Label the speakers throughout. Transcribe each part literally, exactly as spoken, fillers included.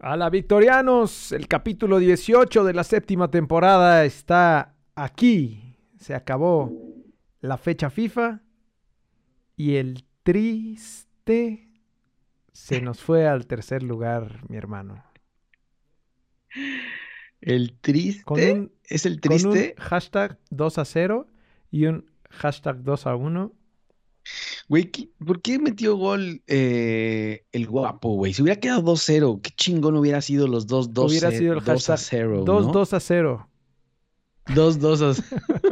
Speaker 1: A la Victorianos, el capítulo dieciocho de la séptima temporada está aquí. Se acabó la fecha FIFA y el triste se nos fue al tercer lugar, mi hermano.
Speaker 2: ¿El
Speaker 1: Con
Speaker 2: triste?
Speaker 1: un,
Speaker 2: ¿Es el
Speaker 1: con un
Speaker 2: triste?
Speaker 1: hashtag dos a cero y un hashtag dos a uno.
Speaker 2: Güey, ¿qué- ¿por qué metió gol eh, el guapo, güey? Si hubiera quedado dos cero, qué chingón hubiera sido los dos, dos,
Speaker 1: Hubiera sido el
Speaker 2: dos a
Speaker 1: hashtag
Speaker 2: cero,
Speaker 1: dos
Speaker 2: ¿no?
Speaker 1: dos a cero.
Speaker 2: Dos dos a...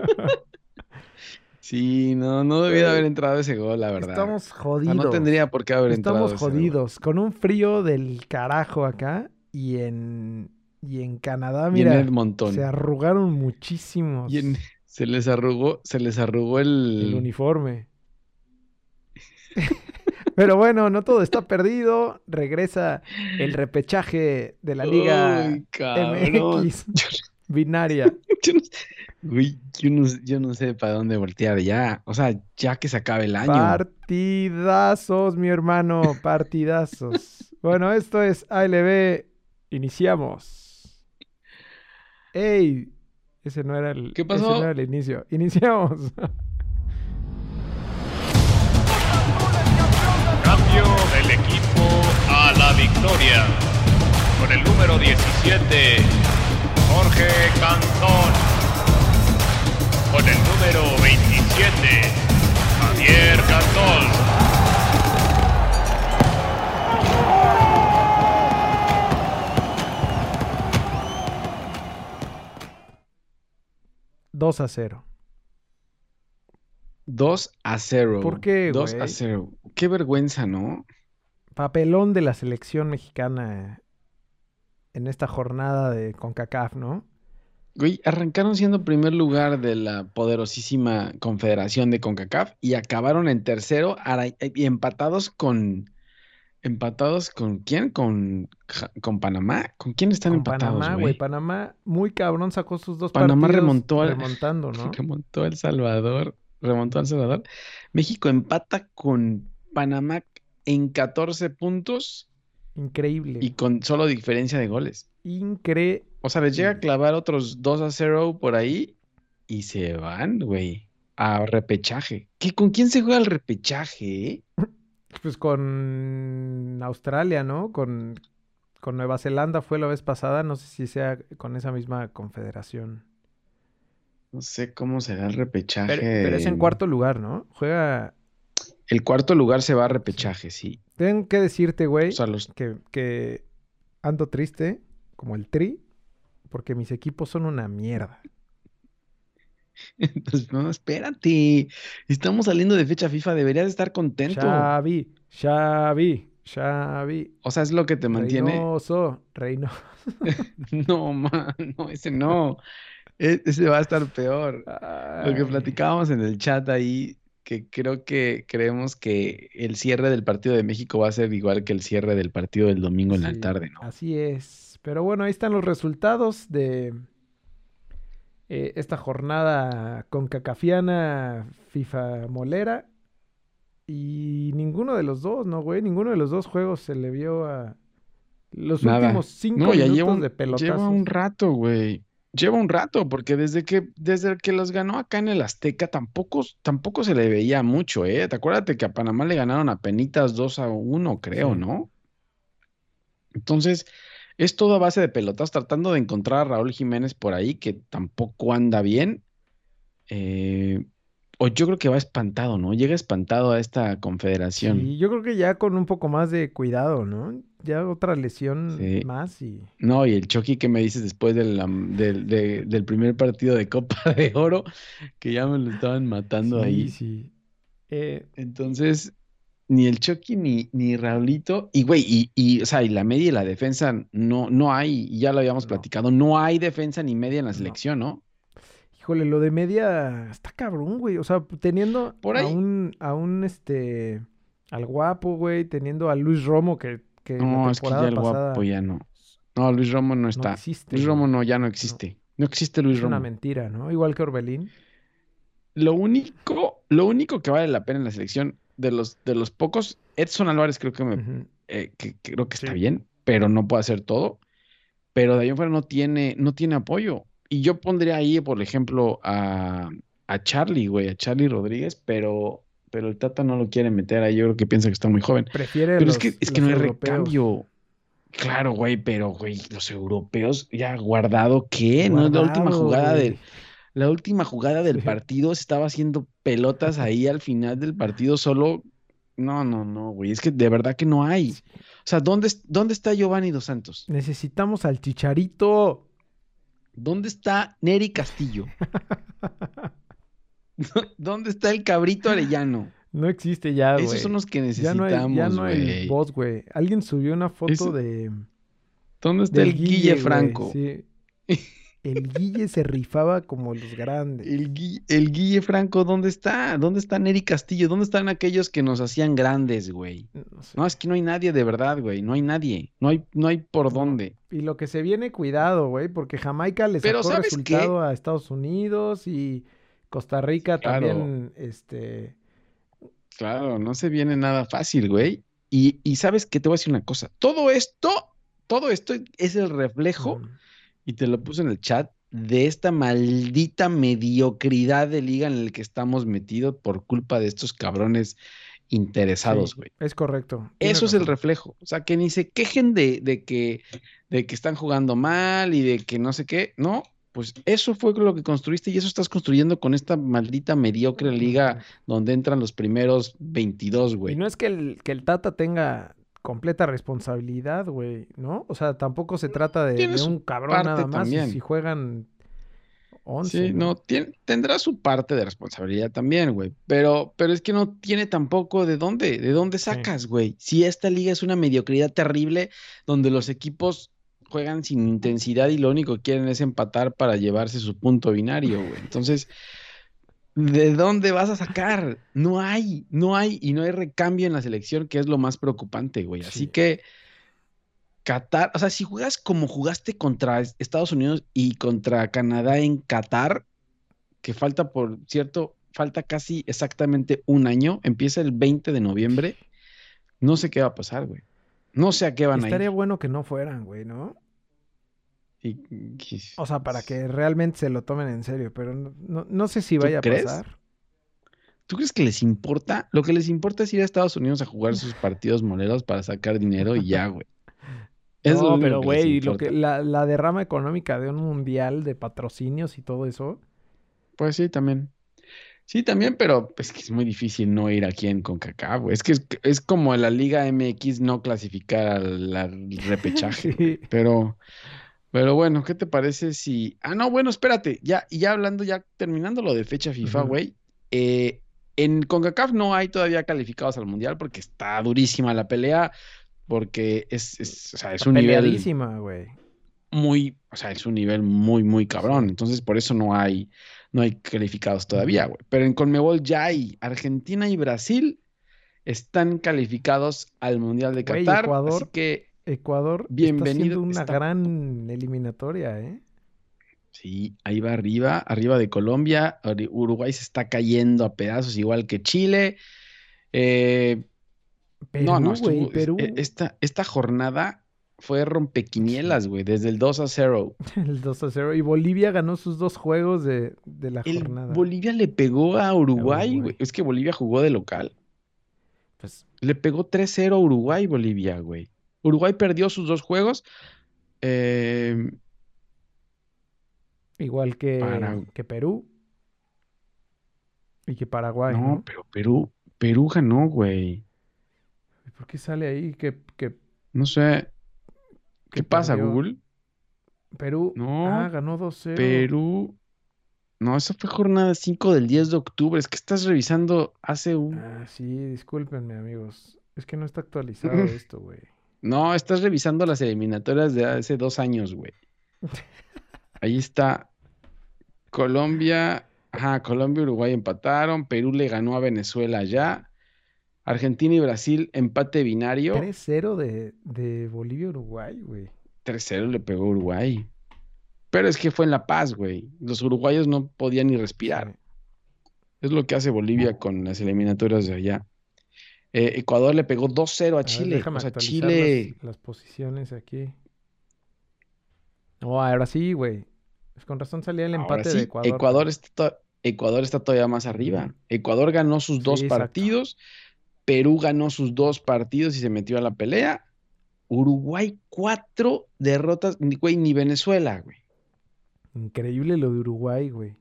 Speaker 2: Sí, no, no debiera haber
Speaker 1: Güey,
Speaker 2: entrado ese gol, la verdad.
Speaker 1: estamos
Speaker 2: O sea, no
Speaker 1: jodidos.
Speaker 2: tendría por qué haber
Speaker 1: Estamos
Speaker 2: entrado ese gol.
Speaker 1: jodidos. Con un frío del carajo acá. Y en, y en Canadá,
Speaker 2: Y en
Speaker 1: mira, se
Speaker 2: Edmonton.
Speaker 1: arrugaron
Speaker 2: Y en...
Speaker 1: muchísimos
Speaker 2: Se les arrugó, se les arrugó
Speaker 1: el
Speaker 2: el...
Speaker 1: uniforme. Pero bueno, no todo está perdido. Regresa el repechaje de la Liga
Speaker 2: Uy, cabrón.
Speaker 1: M X binaria.
Speaker 2: Yo no, güey, yo no, yo no sé para dónde voltear ya. O sea, ya que se acabe el año.
Speaker 1: Partidazos, mi hermano, partidazos. Bueno, esto es A L B. Iniciamos. ¡Ey! Ese no era el,
Speaker 2: ¿Qué
Speaker 1: ese no era
Speaker 2: pasó?
Speaker 1: el inicio. Iniciamos.
Speaker 3: Cambio del equipo a la victoria. Con el número diecisiete, Jorge Cantón. Con el número veintisiete, Javier Cantón.
Speaker 1: dos a cero.
Speaker 2: Dos a
Speaker 1: ¿Por
Speaker 2: cero.
Speaker 1: qué,
Speaker 2: Dos a
Speaker 1: güey?
Speaker 2: cero. Qué vergüenza, ¿no?
Speaker 1: Papelón de la selección mexicana en esta jornada de CONCACAF, ¿no?
Speaker 2: Güey, arrancaron siendo primer lugar de la poderosísima Confederación de CONCACAF y acabaron en tercero ara- y empatados con... ¿Empatados con quién? ¿Con, Ja- con Panamá? ¿Con quién están
Speaker 1: Con
Speaker 2: empatados,
Speaker 1: Panamá, güey.
Speaker 2: güey?
Speaker 1: Panamá muy cabrón sacó sus dos
Speaker 2: Panamá
Speaker 1: partidos
Speaker 2: remontó al,
Speaker 1: remontando, ¿no?
Speaker 2: remontó a El Salvador, remontó a El Salvador. México empata con Panamá en catorce puntos
Speaker 1: Increíble.
Speaker 2: y con solo diferencia de goles.
Speaker 1: Increíble.
Speaker 2: O sea, les llega a clavar otros dos a cero por ahí y se van, güey, a repechaje. ¿Qué, con quién se juega el repechaje, eh?
Speaker 1: Pues con Australia, ¿no? Con, con Nueva Zelanda fue la vez pasada. No sé si sea con esa misma confederación.
Speaker 2: No sé cómo será el
Speaker 1: Pero,
Speaker 2: repechaje.
Speaker 1: pero es en
Speaker 2: de-
Speaker 1: cuarto lugar, ¿no? Juega.
Speaker 2: El cuarto lugar se va a
Speaker 1: Sí.
Speaker 2: repechaje, sí.
Speaker 1: Tengo que decirte,
Speaker 2: O
Speaker 1: güey,
Speaker 2: sea, los...
Speaker 1: que, que ando triste, como el Tri, porque mis equipos son una mierda.
Speaker 2: Entonces, no, espérate. Estamos saliendo de fecha FIFA, deberías estar contento.
Speaker 1: Xavi, Xavi, Xavi,
Speaker 2: O sea, es lo que te mantiene.
Speaker 1: Reynoso, Reynoso.
Speaker 2: No, man, no, ese no. E- ese va a estar peor. Lo que
Speaker 1: Ay,
Speaker 2: platicábamos en el chat ahí, que creo que creemos que el cierre del partido de México va a ser igual que el cierre del partido del domingo en la
Speaker 1: sí,
Speaker 2: tarde, ¿no?
Speaker 1: así es. Pero bueno, ahí están los resultados de eh, esta jornada concacafiana FIFA molera. Y ninguno de los dos, ¿no, güey? Ninguno de los dos juegos se le vio a los últimos
Speaker 2: Nada.
Speaker 1: cinco
Speaker 2: No, ya lleva
Speaker 1: minutos
Speaker 2: un,
Speaker 1: de
Speaker 2: lleva un
Speaker 1: pelotazos.
Speaker 2: rato, güey. Lleva un rato, porque desde que, desde que los ganó acá en el Azteca tampoco, tampoco se le veía mucho, ¿eh? Te acuérdate que a Panamá le ganaron a penitas dos a uno, creo,
Speaker 1: Sí.
Speaker 2: ¿no? Entonces, es todo a base de pelotas, tratando de encontrar a Raúl Jiménez por ahí, que tampoco anda bien. Eh, o yo creo que va espantado, ¿no? Llega espantado a esta confederación.
Speaker 1: Sí, yo creo que ya con un poco más de cuidado, ¿no? Ya otra lesión
Speaker 2: Sí.
Speaker 1: más y...
Speaker 2: No, y el Chucky que me dices después de la- del, de- del primer partido de Copa de Oro, que ya me lo estaban matando
Speaker 1: Sí,
Speaker 2: ahí.
Speaker 1: sí. Eh,
Speaker 2: Entonces, ni el Chucky ni, ni Raulito, y güey, y, y, o sea, y la media y la defensa, no, no hay, y ya lo habíamos
Speaker 1: no,
Speaker 2: platicado, no hay defensa ni media en la
Speaker 1: no.
Speaker 2: selección, ¿no?
Speaker 1: Híjole, lo de media está cabrón, güey. O sea, teniendo
Speaker 2: Por
Speaker 1: a
Speaker 2: ahí.
Speaker 1: un, a un, este, al guapo, güey, teniendo a Luis Romo, que, que la
Speaker 2: No, es que ya
Speaker 1: temporada
Speaker 2: el guapo
Speaker 1: pasada
Speaker 2: ya no. No, Luis Romo no
Speaker 1: no
Speaker 2: está.
Speaker 1: existe,
Speaker 2: Luis Romo
Speaker 1: güey.
Speaker 2: no, ya no
Speaker 1: No,
Speaker 2: existe. No existe Luis
Speaker 1: es una
Speaker 2: Romo.
Speaker 1: mentira, ¿no? Igual que Orbelín.
Speaker 2: Lo único, lo único que vale la pena en la selección de los, de los pocos, Edson Álvarez creo que me,
Speaker 1: Ujú.
Speaker 2: eh, que, que creo que está
Speaker 1: Sí.
Speaker 2: bien. pero no puede hacer todo. Pero de ahí en fuera no tiene, no tiene apoyo. Y yo pondría ahí, por ejemplo, a, a Charlie, güey, a Charlie Rodríguez, pero, pero el Tata no lo quiere meter ahí. Yo creo que piensa que está muy joven.
Speaker 1: Prefiere
Speaker 2: Pero es que,
Speaker 1: los,
Speaker 2: es que
Speaker 1: los
Speaker 2: no hay
Speaker 1: europeos.
Speaker 2: recambio. Claro, güey, pero, güey, los europeos ya guardado, ¿qué? No es la última
Speaker 1: Guardado,
Speaker 2: jugada
Speaker 1: güey.
Speaker 2: del, la última jugada del
Speaker 1: Sí.
Speaker 2: partido se estaba haciendo pelotas ahí al final del partido solo. No, no, no, güey. Es que de verdad que no hay.
Speaker 1: Sí.
Speaker 2: O sea, ¿dónde, es- dónde está Giovanni Dos Santos?
Speaker 1: Necesitamos al Chicharito.
Speaker 2: ¿Dónde está Neri Castillo? ¿Dónde está el Cabrito Arellano?
Speaker 1: No existe ya,
Speaker 2: Esos son
Speaker 1: güey.
Speaker 2: los que
Speaker 1: Ya no hay, ya
Speaker 2: necesitamos,
Speaker 1: no hay
Speaker 2: güey.
Speaker 1: voz, güey. Alguien subió una foto
Speaker 2: Eso-
Speaker 1: de
Speaker 2: ¿Dónde está
Speaker 1: del
Speaker 2: el Guille
Speaker 1: Guille, güey.
Speaker 2: Franco?
Speaker 1: Sí. El Guille se rifaba como los grandes.
Speaker 2: El Guille, el Guille Franco, ¿dónde está? ¿Dónde está Neri Castillo? ¿Dónde están aquellos que nos hacían grandes, güey?
Speaker 1: No sé.
Speaker 2: No, es que no hay nadie de verdad, güey. No hay nadie. No hay, no hay por
Speaker 1: No.
Speaker 2: dónde.
Speaker 1: Y lo que se viene, cuidado, güey, porque Jamaica le
Speaker 2: Pero
Speaker 1: sacó
Speaker 2: ¿sabes qué?
Speaker 1: resultado a Estados Unidos y Costa Rica
Speaker 2: Claro,
Speaker 1: también, este...
Speaker 2: claro, no se viene nada fácil, güey. Y, y sabes que te voy a decir una cosa. Todo esto, todo esto es el reflejo,
Speaker 1: mm,
Speaker 2: y te lo puse en el chat, de esta maldita mediocridad de liga en el que estamos metidos por culpa de estos cabrones interesados,
Speaker 1: sí,
Speaker 2: güey.
Speaker 1: es correcto. Tienes
Speaker 2: Eso es el
Speaker 1: razón.
Speaker 2: reflejo. O sea, que ni se quejen de, de que, de que están jugando mal y de que no sé qué. No, pues eso fue lo que construiste y eso estás construyendo con esta maldita mediocre liga
Speaker 1: Ujú.
Speaker 2: donde entran los primeros veintidós,
Speaker 1: Y
Speaker 2: güey.
Speaker 1: no es que el, que el Tata tenga completa responsabilidad, güey, ¿no? O sea, tampoco se trata de,
Speaker 2: Tiene
Speaker 1: de
Speaker 2: su
Speaker 1: un cabrón
Speaker 2: parte
Speaker 1: nada más y si
Speaker 2: también.
Speaker 1: juegan once,
Speaker 2: Sí,
Speaker 1: ¿no?
Speaker 2: no, tien- tendrá su parte de responsabilidad también, güey. Pero, pero es que no tiene tampoco de dónde, de dónde
Speaker 1: Sí.
Speaker 2: sacas, güey. Si esta liga es una mediocridad terrible donde los equipos juegan sin intensidad y lo único que quieren es empatar para llevarse su punto binario, güey. Entonces, ¿de dónde vas a sacar? No hay, no hay y no hay recambio en la selección, que es lo más preocupante, güey. Así
Speaker 1: Sí.
Speaker 2: que Qatar, o sea, si juegas como jugaste contra Es- Estados Unidos y contra Canadá en Qatar, que falta, por cierto, falta casi exactamente un año, empieza el veinte de noviembre, no sé qué va a pasar, güey. No sé a qué
Speaker 1: Y
Speaker 2: van a
Speaker 1: estaría
Speaker 2: ir.
Speaker 1: bueno que no fueran, güey, ¿no?
Speaker 2: Y- y-
Speaker 1: O sea, para que realmente se lo tomen en serio, pero no, no, no sé si
Speaker 2: ¿Tú
Speaker 1: vaya a
Speaker 2: crees?
Speaker 1: pasar.
Speaker 2: ¿Tú crees que les importa? Lo que les importa es ir a Estados Unidos a jugar sus partidos moleros para sacar dinero y ya, güey. Es lo
Speaker 1: No,
Speaker 2: único
Speaker 1: pero
Speaker 2: que les
Speaker 1: güey, lo que,
Speaker 2: importa.
Speaker 1: la, la derrama económica de un mundial de patrocinios y todo eso.
Speaker 2: Pues sí, también. Sí, también, pero es que es muy difícil no ir aquí en CONCACAF, güey. Es que es, es como la Liga M X no clasificar al, al repechaje, güey.
Speaker 1: Sí.
Speaker 2: Pero, pero bueno, ¿qué te parece si... Ah, no, bueno, espérate. Ya, y ya hablando, ya terminando lo de fecha FIFA,
Speaker 1: Ujú.
Speaker 2: güey. eh, en CONCACAF no hay todavía calificados al Mundial porque está durísima la pelea, porque es, es, o sea, es
Speaker 1: Está
Speaker 2: un nivel
Speaker 1: peleadísima, güey.
Speaker 2: muy, o sea, es un nivel muy, muy cabrón.
Speaker 1: Sí.
Speaker 2: Entonces, por eso no hay, no hay calificados todavía,
Speaker 1: Ujú.
Speaker 2: güey. Pero en Conmebol ya hay. Argentina y Brasil están calificados al Mundial de
Speaker 1: Güey,
Speaker 2: Qatar. Así
Speaker 1: Ecuador,
Speaker 2: que,
Speaker 1: Ecuador está
Speaker 2: bienvenido.
Speaker 1: haciendo una
Speaker 2: Está,
Speaker 1: gran eliminatoria, ¿eh?
Speaker 2: sí, ahí va arriba, arriba de Colombia. Uri- Uruguay se está cayendo a pedazos, igual que Chile. Eh, no, no,
Speaker 1: Perú, güey,
Speaker 2: estuvo, es- e-
Speaker 1: Perú,
Speaker 2: esta, esta jornada fue
Speaker 1: sí,
Speaker 2: rompequinielas, güey, desde el dos a cero.
Speaker 1: el dos a cero. Y Bolivia ganó sus dos juegos de, de la
Speaker 2: El
Speaker 1: jornada
Speaker 2: Bolivia le pegó a
Speaker 1: a
Speaker 2: Uruguay, güey.
Speaker 1: Uruguay.
Speaker 2: Es que Bolivia jugó de local.
Speaker 1: Pues
Speaker 2: Le pegó tres cero a Uruguay, Bolivia, güey. Uruguay perdió sus dos juegos. eh,
Speaker 1: igual que,
Speaker 2: para...
Speaker 1: que Perú y que Paraguay,
Speaker 2: No,
Speaker 1: ¿no?
Speaker 2: pero Perú, Perú ganó, güey.
Speaker 1: ¿Y ¿Por qué sale ahí que, que,
Speaker 2: No sé,
Speaker 1: que
Speaker 2: ¿qué pasa,
Speaker 1: perdió?
Speaker 2: Google?
Speaker 1: Perú, ah,
Speaker 2: No,
Speaker 1: ganó dos cero.
Speaker 2: Perú. No, esa fue jornada cinco del diez de octubre. Es que estás revisando hace un...
Speaker 1: Ah, sí, discúlpenme, amigos. Es que no está actualizado esto, güey.
Speaker 2: No, estás revisando las eliminatorias de hace dos años, güey. Ahí está. Colombia, ajá, Colombia y Uruguay empataron, Perú le ganó a Venezuela ya, Argentina y Brasil empate binario,
Speaker 1: tres cero de, de Bolivia-Uruguay, güey.
Speaker 2: tres cero le pegó Uruguay. Pero es que fue en La Paz, güey. Los uruguayos no podían ni respirar.
Speaker 1: Sí.
Speaker 2: Es lo que hace Bolivia con las eliminatorias de allá. Eh, Ecuador le pegó dos cero a
Speaker 1: A ver,
Speaker 2: Chile.
Speaker 1: déjame
Speaker 2: O sea,
Speaker 1: actualizar las,
Speaker 2: Chile,
Speaker 1: las posiciones aquí. Oh, ahora sí, güey. Pues con razón salía el
Speaker 2: ahora
Speaker 1: empate de
Speaker 2: sí,
Speaker 1: Ecuador,
Speaker 2: Ecuador
Speaker 1: pero...
Speaker 2: está, to- Ecuador está todavía más
Speaker 1: Ujú.
Speaker 2: arriba. Ecuador ganó sus
Speaker 1: Sí,
Speaker 2: dos
Speaker 1: exacto.
Speaker 2: partidos, Perú ganó sus dos partidos y se metió a la pelea. Uruguay, cuatro derrotas, ni- güey, ni Venezuela, güey.
Speaker 1: Increíble lo de Uruguay, güey.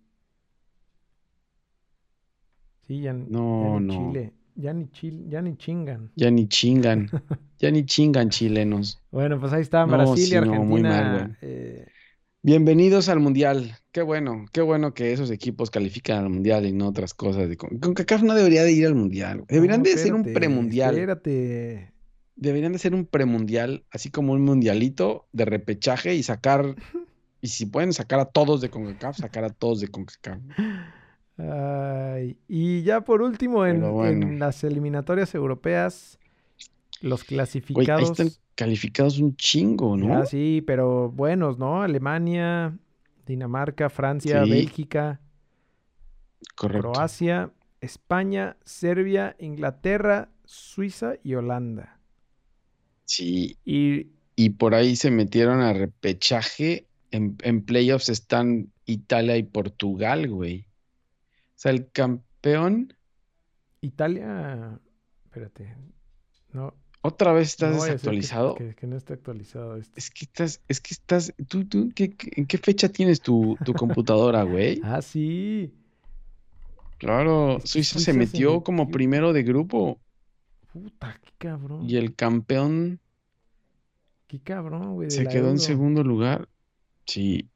Speaker 1: Sí, ya, n- ya
Speaker 2: No,
Speaker 1: ni
Speaker 2: no,
Speaker 1: Chile. Ya ni Chile, ya ni chingan.
Speaker 2: ya ni chingan, ya ni chingan chilenos.
Speaker 1: Bueno, pues ahí están
Speaker 2: No,
Speaker 1: Brasil y
Speaker 2: sí, no, muy mal,
Speaker 1: Argentina.
Speaker 2: güey.
Speaker 1: eh,
Speaker 2: Bienvenidos al Mundial. Qué bueno, qué bueno que esos equipos califican al Mundial y no otras cosas. de Con CONCACAF no debería de ir al Mundial, güey. Deberían
Speaker 1: No,
Speaker 2: de ser un
Speaker 1: espérate,
Speaker 2: premundial.
Speaker 1: espérate.
Speaker 2: Deberían de ser un premundial, así como un mundialito de repechaje y sacar, y si pueden sacar a todos de CONCACAF, sacar a todos de CONCACAF.
Speaker 1: Ay, y ya por último,
Speaker 2: Pero
Speaker 1: en,
Speaker 2: bueno,
Speaker 1: en las eliminatorias europeas, los
Speaker 2: güey, ahí están
Speaker 1: clasificados,
Speaker 2: calificados un chingo,
Speaker 1: ya
Speaker 2: ¿no?
Speaker 1: sí, pero buenos, ¿no? Alemania, Dinamarca, Francia,
Speaker 2: Sí,
Speaker 1: Bélgica,
Speaker 2: correcto.
Speaker 1: Croacia, España, Serbia, Inglaterra, Suiza y Holanda.
Speaker 2: Sí,
Speaker 1: Y
Speaker 2: y por ahí se metieron a repechaje. En, en playoffs están Italia y Portugal, güey. O sea, el campeón,
Speaker 1: Italia, espérate, no,
Speaker 2: otra vez estás
Speaker 1: no vaya a ser que,
Speaker 2: desactualizado.
Speaker 1: que- que no esté actualizado esto.
Speaker 2: Es que estás, es que estás, tú, tú, ¿qué, qué- ¿en qué fecha tienes tu, tu computadora, güey?
Speaker 1: Ah, sí,
Speaker 2: Claro,
Speaker 1: es que
Speaker 2: Suiza se
Speaker 1: Suiza se
Speaker 2: metió como
Speaker 1: metió.
Speaker 2: primero de grupo
Speaker 1: Puta, qué cabrón.
Speaker 2: y el campeón
Speaker 1: Qué cabrón, güey, de
Speaker 2: se
Speaker 1: la
Speaker 2: quedó en
Speaker 1: Euro.
Speaker 2: segundo lugar. Sí,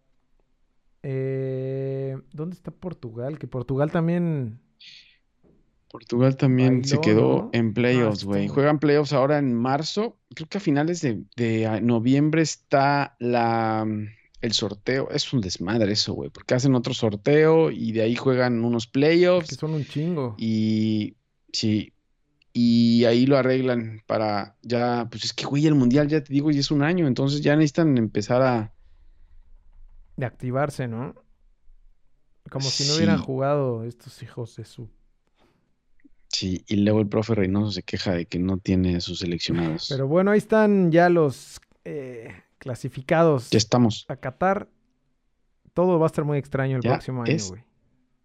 Speaker 1: Eh, ¿dónde está Portugal? Que Portugal también
Speaker 2: Portugal también se
Speaker 1: bailó,
Speaker 2: quedó
Speaker 1: ¿no?
Speaker 2: en
Speaker 1: No,
Speaker 2: playoffs,
Speaker 1: esto está
Speaker 2: güey.
Speaker 1: muy...
Speaker 2: Juegan playoffs ahora en marzo. Creo que a finales de, de ah, noviembre está la, mm, el sorteo. Es un desmadre eso, güey, porque hacen otro sorteo y de ahí juegan unos
Speaker 1: Es que
Speaker 2: playoffs
Speaker 1: son un chingo
Speaker 2: y sí, y ahí lo arreglan para ya, pues es que, güey, el mundial, ya te digo, ya es un año, entonces ya necesitan empezar a,
Speaker 1: de activarse, ¿no? Como si no hubieran
Speaker 2: sí,
Speaker 1: jugado estos hijos de su...
Speaker 2: sí, y luego el profe Reynoso se queja de que no tiene sus seleccionados.
Speaker 1: Pero bueno, ahí están ya los eh,
Speaker 2: Ya
Speaker 1: clasificados
Speaker 2: estamos,
Speaker 1: a Qatar. Todo va a estar muy extraño el
Speaker 2: ya
Speaker 1: próximo año,
Speaker 2: es,
Speaker 1: güey.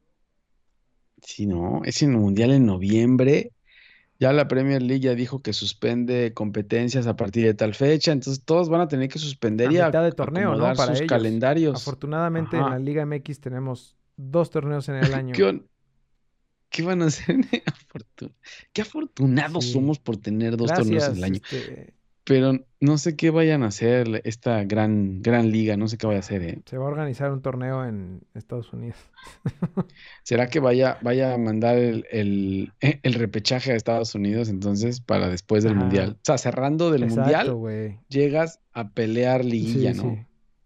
Speaker 2: sí, no, es el mundial en noviembre. Ya la Premier League ya dijo que suspende competencias a partir de tal fecha, entonces todos van a tener que suspender
Speaker 1: A
Speaker 2: y a-
Speaker 1: mitad de torneo, ¿no?
Speaker 2: acomodar
Speaker 1: Para
Speaker 2: sus
Speaker 1: ellos.
Speaker 2: calendarios.
Speaker 1: Afortunadamente en la
Speaker 2: Ajá.
Speaker 1: Liga M X tenemos dos torneos en el
Speaker 2: ¿Qué,
Speaker 1: año.
Speaker 2: on- ¿qué van a hacer? Afortun- Qué afortunados
Speaker 1: Sí.
Speaker 2: somos por tener dos torneos en el
Speaker 1: Gracias,
Speaker 2: año.
Speaker 1: este...
Speaker 2: Pero no sé qué vayan a hacer esta gran, gran liga, no sé qué vaya a hacer, ¿eh?
Speaker 1: Se va a organizar un torneo en Estados Unidos.
Speaker 2: ¿Será que vaya, vaya a mandar el, el, el repechaje a Estados Unidos entonces para después del
Speaker 1: Ajá,
Speaker 2: mundial? O sea, cerrando del
Speaker 1: exacto,
Speaker 2: mundial,
Speaker 1: güey.
Speaker 2: llegas a pelear liguilla,
Speaker 1: Sí,
Speaker 2: ¿no?
Speaker 1: sí.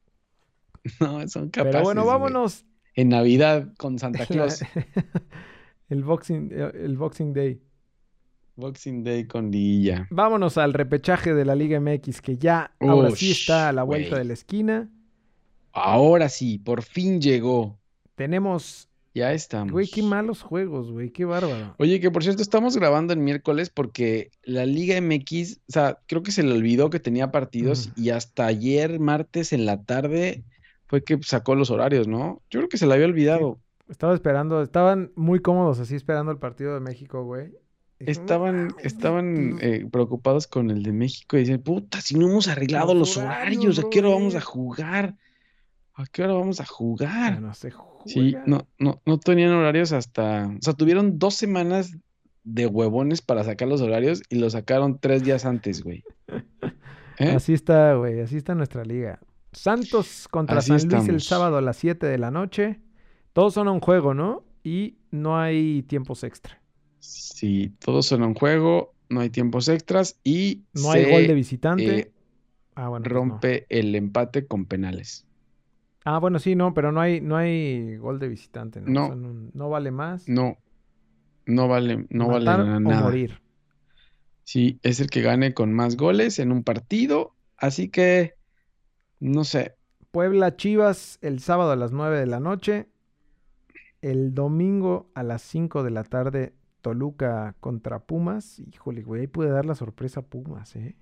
Speaker 2: No, son
Speaker 1: Pero bueno,
Speaker 2: capaces, güey.
Speaker 1: vámonos.
Speaker 2: En Navidad con Santa
Speaker 1: La-
Speaker 2: Claus,
Speaker 1: el Boxing, el Boxing Day.
Speaker 2: Boxing Day con liguilla.
Speaker 1: Vámonos al repechaje de la Liga M X, que ya ahora sí está a
Speaker 2: Ush,
Speaker 1: la vuelta de
Speaker 2: güey.
Speaker 1: la esquina.
Speaker 2: Ahora sí, por fin llegó.
Speaker 1: Tenemos,
Speaker 2: Ya
Speaker 1: güey, qué
Speaker 2: estamos.
Speaker 1: malos juegos, güey, qué bárbaro.
Speaker 2: Oye, que por cierto, estamos grabando el miércoles porque la Liga M X, o sea, creo que se le olvidó que tenía partidos
Speaker 1: Mm.
Speaker 2: y hasta ayer, martes en la tarde, fue que sacó los horarios, ¿no? Yo creo que se le había
Speaker 1: Sí,
Speaker 2: olvidado.
Speaker 1: estaba esperando, estaban muy cómodos así esperando el partido de México, güey. Dije, no
Speaker 2: Estaban,
Speaker 1: mames, di-
Speaker 2: estaban
Speaker 1: los,
Speaker 2: eh, preocupados con el de México y dicen, puta, si no hemos arreglado
Speaker 1: los
Speaker 2: los
Speaker 1: horarios,
Speaker 2: horarios, ¿a qué hora vamos a
Speaker 1: brother.
Speaker 2: jugar? ¿A qué hora vamos a
Speaker 1: Ya
Speaker 2: jugar?
Speaker 1: no se
Speaker 2: Sí,
Speaker 1: juega.
Speaker 2: no, no, no tenían horarios hasta, o sea, tuvieron dos semanas de huevones para sacar los horarios y los sacaron tres días antes, güey. ¿Eh?
Speaker 1: Así está, güey, así está nuestra liga. Santos contra
Speaker 2: Así
Speaker 1: San Luis el
Speaker 2: estamos.
Speaker 1: sábado a las siete de la noche. Todos son a un juego, ¿no? Y no hay tiempos extra.
Speaker 2: Sí, todos son un juego, no hay tiempos extras y
Speaker 1: No hay gol de
Speaker 2: se
Speaker 1: visitante.
Speaker 2: eh,
Speaker 1: Ah, bueno, pues no.
Speaker 2: rompe el empate con penales.
Speaker 1: Ah, bueno, sí, no, pero no hay, no hay gol de visitante, ¿no?
Speaker 2: No,
Speaker 1: Son un- no vale más.
Speaker 2: no, no vale, no vale
Speaker 1: Matar
Speaker 2: na-
Speaker 1: o
Speaker 2: nada.
Speaker 1: morir.
Speaker 2: Sí, es el que gane con más goles en un partido, así que no sé.
Speaker 1: Puebla Chivas el sábado a las nueve de la noche. El domingo a las cinco de la tarde, Toluca contra Pumas. Híjole, güey, ahí puede dar la sorpresa Pumas, ¿eh?